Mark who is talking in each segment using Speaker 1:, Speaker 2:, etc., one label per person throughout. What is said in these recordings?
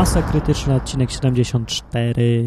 Speaker 1: Masa Krytyczna, odcinek 74.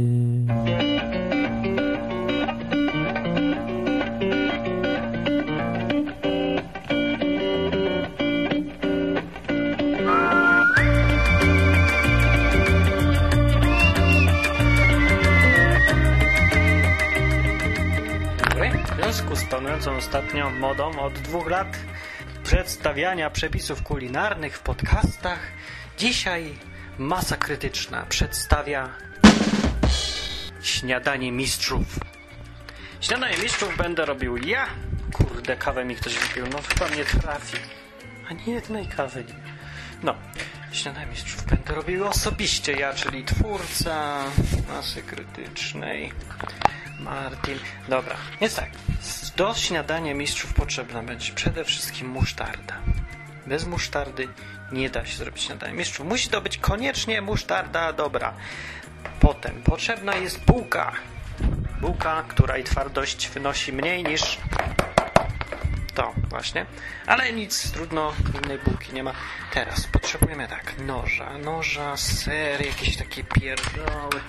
Speaker 2: W związku z panującą ostatnio modą od 2 lat przedstawiania przepisów kulinarnych w podcastach, dzisiaj Masa Krytyczna przedstawia Śniadanie Mistrzów. Śniadanie Mistrzów będę robił ja. Kurde, kawę mi ktoś wypił, no chyba mnie trafi. Ani jednej kawy nie. No, Śniadanie Mistrzów będę robił osobiście ja, czyli twórca Masy Krytycznej, Martin. Dobra, więc tak, do Śniadania Mistrzów potrzebna będzie przede wszystkim musztarda. Bez musztardy nie da się zrobić Śniadania Mistrzów. Musi to być koniecznie musztarda dobra. Potem potrzebna jest bułka. Bułka, której twardość wynosi mniej niż to właśnie. Ale nic, trudno, innej bułki nie ma. Teraz potrzebujemy tak, noża, ser, jakieś takie pierdoły.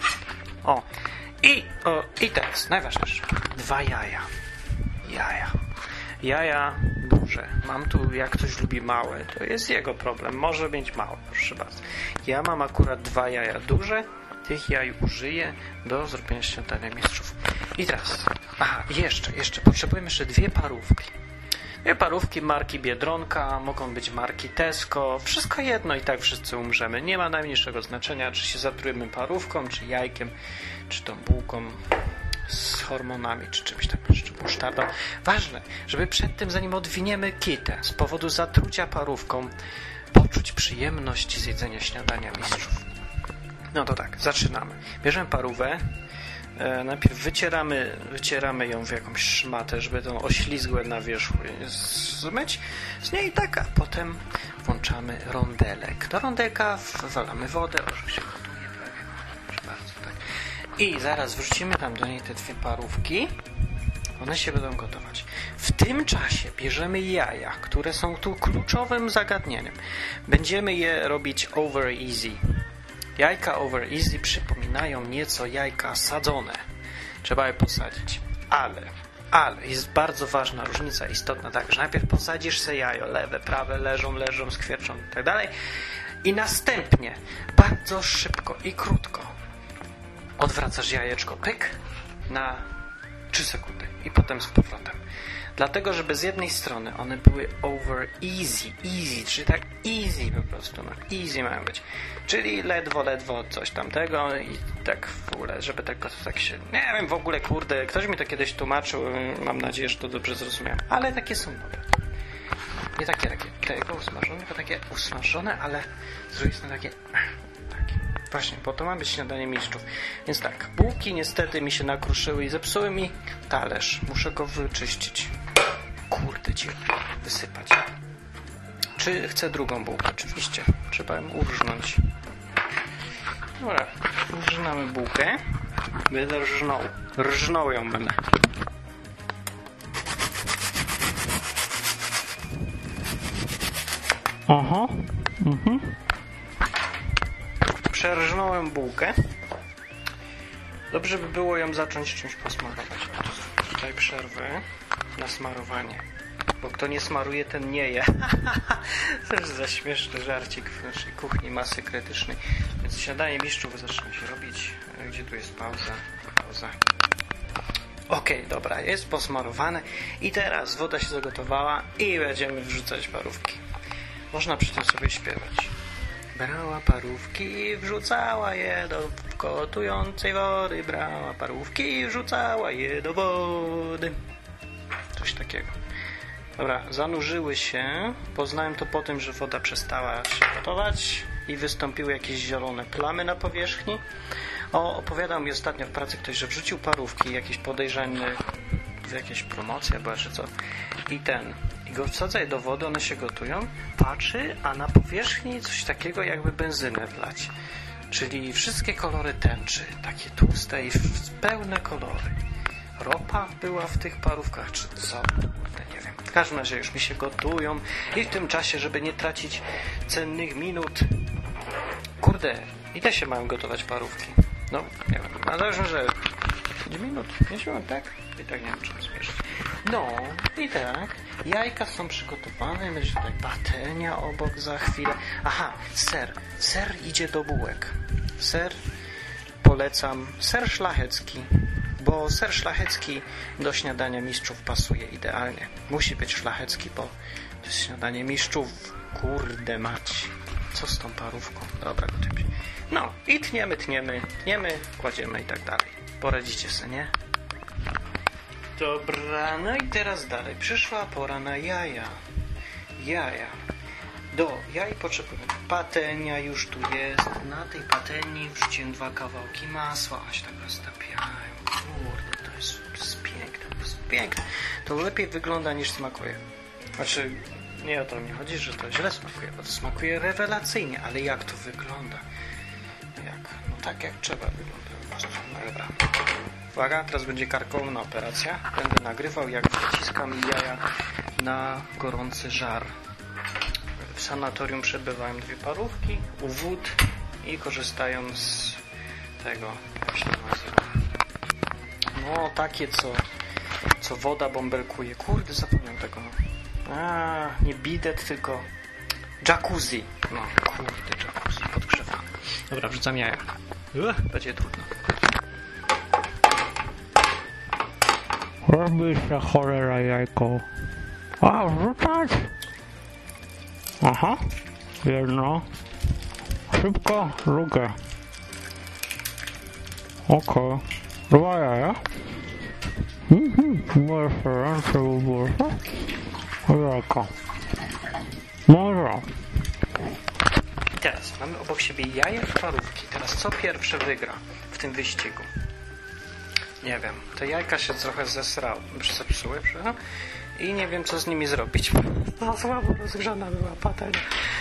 Speaker 2: I teraz, najważniejsze, 2 jaja. Jaja duże. Mam tu, jak ktoś lubi małe, to jest jego problem. Może mieć małe, proszę bardzo. Ja mam akurat 2 jaja duże. Tych jaj użyję do zrobienia Śniadania Mistrzów. I teraz, jeszcze potrzebujemy jeszcze 2 parówki. 2 parówki marki Biedronka, mogą być marki Tesco, wszystko jedno i tak wszyscy umrzemy. Nie ma najmniejszego znaczenia, czy się zatrujemy parówką, czy jajkiem, czy tą bułką z hormonami, czy czymś tam, czy musztardą. Ważne, żeby przed tym, zanim odwiniemy kitę z powodu zatrucia parówką, poczuć przyjemność z jedzenia Śniadania Mistrzów. No to tak, zaczynamy. Bierzemy parówę, najpierw wycieramy ją w jakąś szmatę, żeby tą oślizgłe na wierzchu zmyć z niej, tak, a potem włączamy rondelek. Do rondelka wywalamy wodę, już się gotuje prawie. Proszę bardzo, tak. I zaraz wrzucimy tam do niej te 2 parówki. One się będą gotować. W tym czasie bierzemy jaja, które są tu kluczowym zagadnieniem. Będziemy je robić over easy. Jajka over easy przypominają nieco jajka sadzone. Trzeba je posadzić. Ale jest bardzo ważna różnica istotna, tak, że najpierw posadzisz se jajo, lewe, prawe, leżą, skwierczą i tak dalej. I następnie bardzo szybko i krótko odwracasz jajeczko, pyk, na 3 sekundy i potem z powrotem. Dlatego, żeby z jednej strony one były over easy, czyli tak easy po prostu, no easy mają być. Czyli ledwo coś tamtego i tak w ogóle, żeby tak się, nie wiem, w ogóle, kurde, ktoś mi to kiedyś tłumaczył, mam nadzieję, że to dobrze zrozumiałem, ale takie są dobre. Nie takie usmażone, tylko takie usmażone, ale z drugiej strony takie. Właśnie, bo to ma być Śniadanie Mistrzów. Więc tak, bułki niestety mi się nakruszyły i zepsuły mi talerz. Muszę go wyczyścić. Kurde, wysypać. Czy chcę drugą bułkę? Oczywiście. Trzeba ją urżnąć. Dobra, urżnamy bułkę. Będę rżnął ją będę. Aha. Przerżnąłem bułkę. Dobrze by było ją zacząć czymś posmarować. Tutaj przerwę na smarowanie. Bo kto nie smaruje, ten nie je. Też za śmieszny żarcik w naszej kuchni Masy Krytycznej. Więc Śniadanie Mistrzów zaczyna się robić. Gdzie tu jest pauza? Okej, dobra, jest posmarowane. I teraz woda się zagotowała i będziemy wrzucać parówki. Można przy tym sobie śpiewać. Brała parówki, wrzucała je do gotującej wody. Brała parówki i wrzucała je do wody. Coś takiego. Dobra, zanurzyły się. Poznałem to po tym, że woda przestała się gotować i wystąpiły jakieś zielone plamy na powierzchni. Opowiadał mi ostatnio w pracy ktoś, że wrzucił parówki, jakiś podejrzany w jakieś promocje, czy co. I go wsadza je do wody, one się gotują, patrzy, a na powierzchni coś takiego jakby benzynę wlać. Czyli wszystkie kolory tęczy, takie tłuste i pełne kolory. Ropa była w tych parówkach, czy co? Nie wiem. W każdym razie już mi się gotują i w tym czasie, żeby nie tracić cennych minut, Kurde, ile się mają gotować parówki? No, nie wiem, ale zależy, że 5 minut, 5 minut, tak? I tak nie wiem, czym zmierzyć. No, i tak, jajka są przygotowane, będzie tutaj patelnia obok za chwilę. Aha, ser. Ser idzie do bułek. Ser polecam, ser szlachecki, bo ser szlachecki do śniadania mistrzów pasuje idealnie. Musi być szlachecki, bo to jest śniadanie mistrzów. Kurde mać. Co z tą parówką? Dobra, gotowi. No i tniemy, kładziemy i tak dalej. Poradzicie sobie, nie? Dobra, no i teraz dalej. Przyszła pora na jaja. Jaja. Do jaj potrzebujemy. Patelnia już tu jest. Na tej patelni wrzuciłem 2 kawałki masła. Aż tak roztapiają. Kurde, to jest piękne. To jest piękne. To lepiej wygląda niż smakuje. Znaczy, nie o to mi chodzi, że to źle smakuje, bo to smakuje rewelacyjnie, ale jak to wygląda? No tak jak trzeba wygląda. No dobra. Uwaga, teraz będzie karkołomna operacja. Będę nagrywał, jak wciskam jaja na gorący żar. W sanatorium przebywają 2 parówki, u wód i korzystają z tego, jak się to nazywa. No, takie, co woda bąbelkuje. Kurde, zapomniałem tego. Nie bidet, tylko jacuzzi. No, kurde, jacuzzi podgrzewane. Dobra, wrzucam jaja. Będzie trudno.
Speaker 1: Robi się cholera jajko. A, wrzucać? Aha, jedno. Szybko, drugie. Okej. 2 jaja. Jeszcze ręce wyburzę. Jajka. Może.
Speaker 2: I teraz mamy obok siebie jaja i parówki. Teraz co pierwsze wygra w tym wyścigu? Nie wiem. Te jajka się trochę zepsuły, i nie wiem, co z nimi zrobić. No, słabo rozgrzana była patelnia.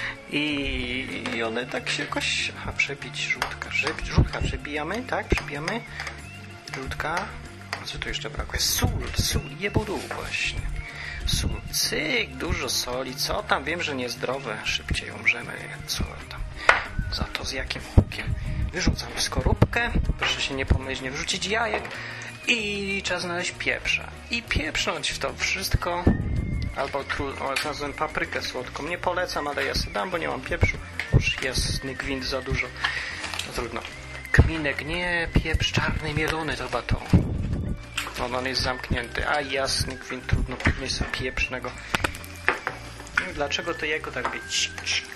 Speaker 2: I one tak się jakoś... Aha, przebić żółtka. Żółtka przebijamy, tak? Przebijamy. Żółtka. Co tu jeszcze brakuje? Sól, jebudół właśnie. Sól, cyk, dużo soli. Co tam? Wiem, że niezdrowe. Szybciej umrzemy. Co tam? Za to z jakim hukiem? Wyrzucam skorupkę. Proszę się nie pomylić, nie wrzucić jajek. I trzeba znaleźć pieprza. I pieprznąć w to wszystko. Albo znalazłem paprykę słodką. Nie polecam, ale ja sobie dam, bo nie mam pieprzu. Już jest gwint za dużo. No trudno. Kminek, nie, pieprz czarny, mielony, to chyba to. No, on jest zamknięty. A jasny gwint, trudno podnieść sobie pieprznego. Dlaczego to jajko tak być?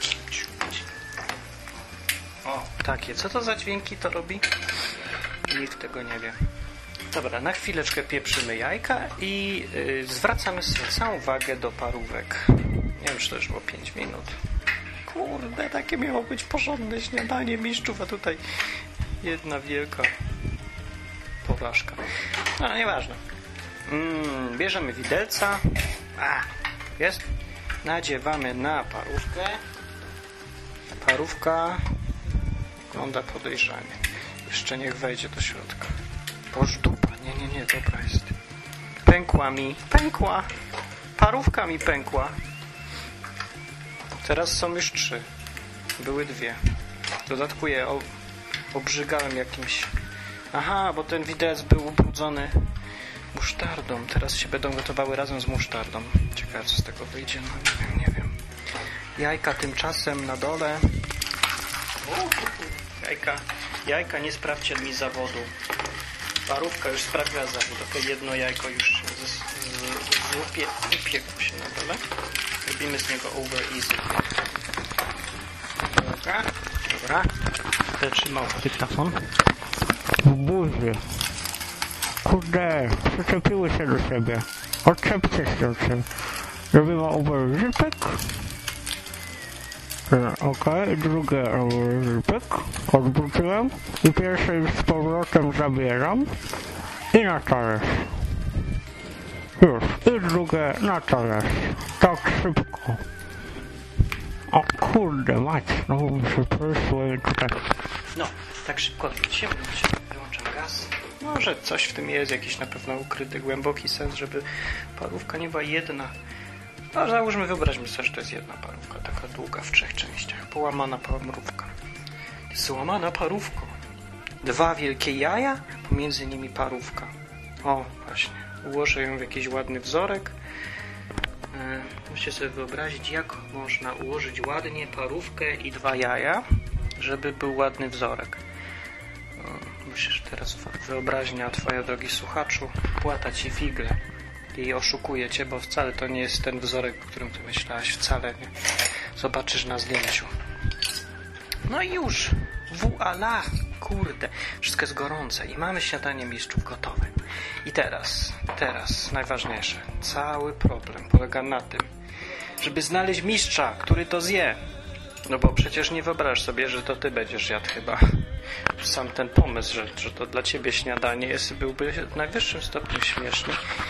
Speaker 2: O, takie. Co to za dźwięki to robi? Nikt tego nie wie. Dobra, na chwileczkę pieprzymy jajka i zwracamy sobie całą uwagę do parówek. Nie wiem, czy to już było 5 minut. Kurde, takie miało być porządne śniadanie mistrzów, a tutaj jedna wielka porażka. No, nieważne. Bierzemy widelca. Jest. Nadziewamy na parówkę. Parówka wygląda podejrzanie. Jeszcze niech wejdzie do środka. Boż dupa. Nie, dobra jest. Pękła. Parówka mi pękła. Teraz są już 3. Były 2. W dodatku je obrzygałem jakimś... Aha, bo ten widelec był ubrudzony musztardą. Teraz się będą gotowały razem z musztardą. Ciekawe, co z tego wyjdzie. No nie wiem. Jajka tymczasem na dole. Jajka, nie sprawdźcie mi zawodu. Parówka już sprawiła zawód. Tylko jedno jajko już upiekło się na dole. Robimy z niego over easy. Dobra. Trzymał dyktafon.
Speaker 1: W burzy. Kurde, przyczepiły się do siebie. Odczepcie się od siebie. Robimy overzypek. Okej, drugie overzypek. Odwróciłem. I pierwszy już z powrotem zabieram. I na talerz. Już. I drugie na talerz. Tak szybko. O kurde mać, znowu mi się prysły tutaj.
Speaker 2: No, tak szybko odwróciłem. Wyłączam gaz. Może coś w tym jest, jakiś na pewno ukryty, głęboki sens, żeby parówka nie była jedna. No załóżmy, wyobraźmy sobie, że to jest jedna parówka, taka długa w 3 częściach, połamana parówka. Złamana parówka. 2 wielkie jaja, pomiędzy nimi parówka. O, właśnie. Ułożę ją w jakiś ładny wzorek. Musicie sobie wyobrazić, jak można ułożyć ładnie parówkę i 2 jaja, żeby był ładny wzorek. Musisz teraz, wyobraźnia twoja, drogi słuchaczu, płata ci figle i oszukuje cię, bo wcale to nie jest ten wzorek, o którym ty myślałaś, wcale nie. Zobaczysz na zdjęciu. No i już. Voila! Kurde, wszystko jest gorące i mamy śniadanie mistrzów gotowe. I teraz najważniejsze. Cały problem polega na tym, żeby znaleźć mistrza, który to zje. No bo przecież nie wyobrażasz sobie, że to ty będziesz jadł chyba. Sam ten pomysł, że to dla ciebie śniadanie byłby w najwyższym stopniu śmieszny.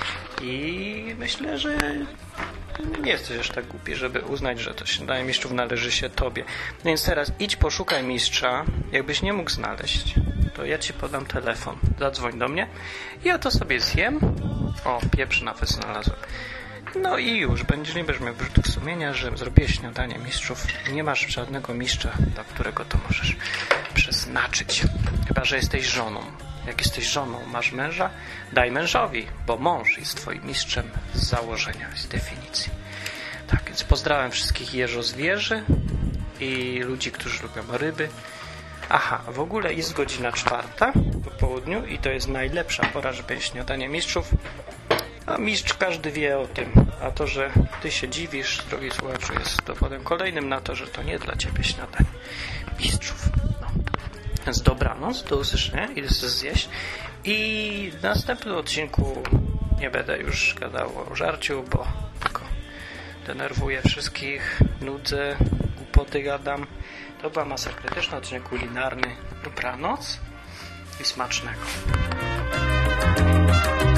Speaker 2: I myślę, że nie jesteś aż tak głupi, żeby uznać, że to śniadanie mistrzów należy się tobie. No więc teraz idź poszukaj mistrza. Jakbyś nie mógł znaleźć, to ja ci podam telefon. Zadzwoń do mnie. Ja to sobie zjem. O, pieprz nawet znalazłem. No i już, nie będziesz miał wyrzutów sumienia, że zrobiłeś śniadanie mistrzów. Nie masz żadnego mistrza, dla którego to możesz przeznaczyć. Chyba że jesteś żoną. Jak jesteś żoną, masz męża, daj mężowi, bo mąż jest twoim mistrzem z założenia, z definicji. Tak, więc pozdrawiam wszystkich jeżozwierzy i ludzi, którzy lubią ryby. Aha, w ogóle jest godzina 4 po południu i to jest najlepsza pora, żeby jeść śniadanie mistrzów. A mistrz każdy wie o tym. A to, że ty się dziwisz, drogi słuchaczu, jest dowodem kolejnym na to, że to nie dla ciebie śniadanie mistrzów. No. Więc dobranoc, do usłyszenia, idę sobie zjeść. I w następnym odcinku nie będę już gadał o żarciu, bo tylko denerwuję wszystkich, nudzę, głupoty gadam. To była Masa Krytyczna, odcinek kulinarny. Dobranoc i smacznego.